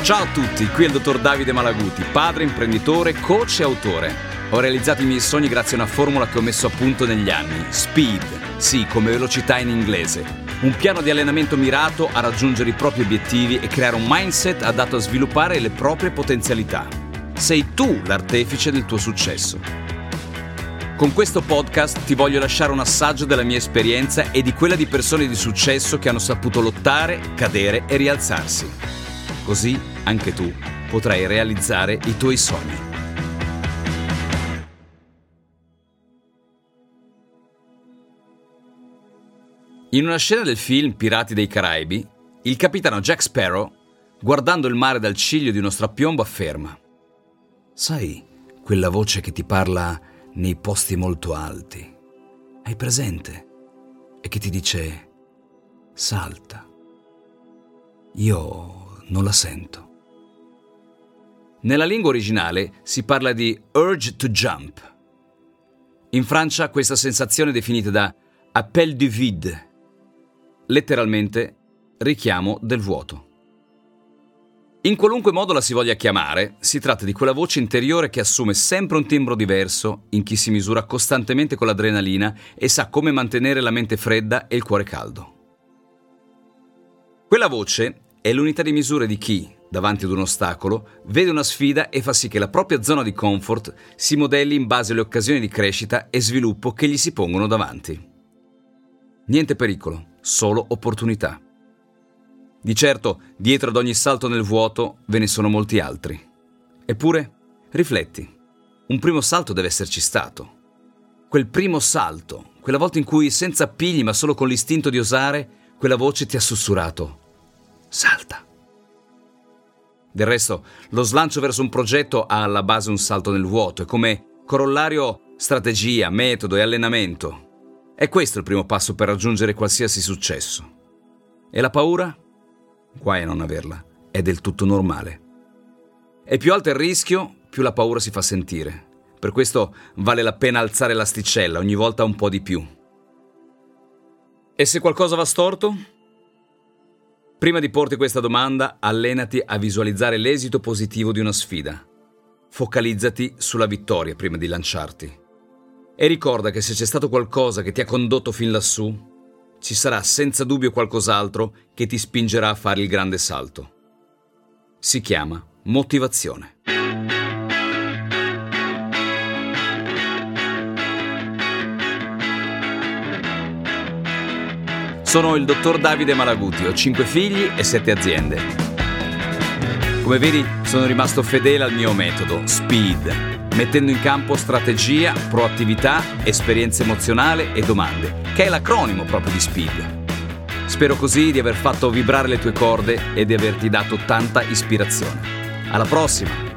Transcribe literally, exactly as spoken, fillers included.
Ciao a tutti, qui è il dottor Davide Malaguti, padre, imprenditore, coach e autore. Ho realizzato i miei sogni grazie a una formula che ho messo a punto negli anni. Speed, sì, come velocità in inglese. Un piano di allenamento mirato a raggiungere i propri obiettivi e creare un mindset adatto a sviluppare le proprie potenzialità. Sei tu l'artefice del tuo successo. Con questo podcast ti voglio lasciare un assaggio della mia esperienza e di quella di persone di successo che hanno saputo lottare, cadere e rialzarsi. Così anche tu potrai realizzare i tuoi sogni. In una scena del film Pirati dei Caraibi, il capitano Jack Sparrow, guardando il mare dal ciglio di uno strapiombo, afferma: «Sai, quella voce che ti parla nei posti molto alti, hai presente? E che ti dice: salta. Io non la sento». Nella lingua originale si parla di urge to jump. In Francia questa sensazione è definita da appel du vide, letteralmente richiamo del vuoto. In qualunque modo la si voglia chiamare, si tratta di quella voce interiore che assume sempre un timbro diverso in chi si misura costantemente con l'adrenalina e sa come mantenere la mente fredda e il cuore caldo. Quella voce è l'unità di misura di chi, davanti ad un ostacolo, vede una sfida e fa sì che la propria zona di comfort si modelli in base alle occasioni di crescita e sviluppo che gli si pongono davanti. Niente pericolo, solo opportunità. Di certo, dietro ad ogni salto nel vuoto ve ne sono molti altri. Eppure, rifletti, un primo salto deve esserci stato. Quel primo salto, quella volta in cui, senza appigli ma solo con l'istinto di osare, quella voce ti ha sussurrato: salta. Del resto, lo slancio verso un progetto ha alla base un salto nel vuoto e come corollario strategia, metodo e allenamento. È questo il primo passo per raggiungere qualsiasi successo. E la paura? Guai a non averla, è del tutto normale. E più alto è il rischio, più la paura si fa sentire. Per questo vale la pena alzare l'asticella ogni volta un po' di più. E se qualcosa va storto? Prima di porti questa domanda, allenati a visualizzare l'esito positivo di una sfida. Focalizzati sulla vittoria prima di lanciarti. E ricorda che se c'è stato qualcosa che ti ha condotto fin lassù, ci sarà senza dubbio qualcos'altro che ti spingerà a fare il grande salto. Si chiama motivazione. Sono il dottor Davide Malaguti, ho cinque figli e sette aziende. Come vedi, sono rimasto fedele al mio metodo, Speed, mettendo in campo strategia, proattività, esperienza emozionale e domande, che è l'acronimo proprio di Speed. Spero così di aver fatto vibrare le tue corde e di averti dato tanta ispirazione. Alla prossima!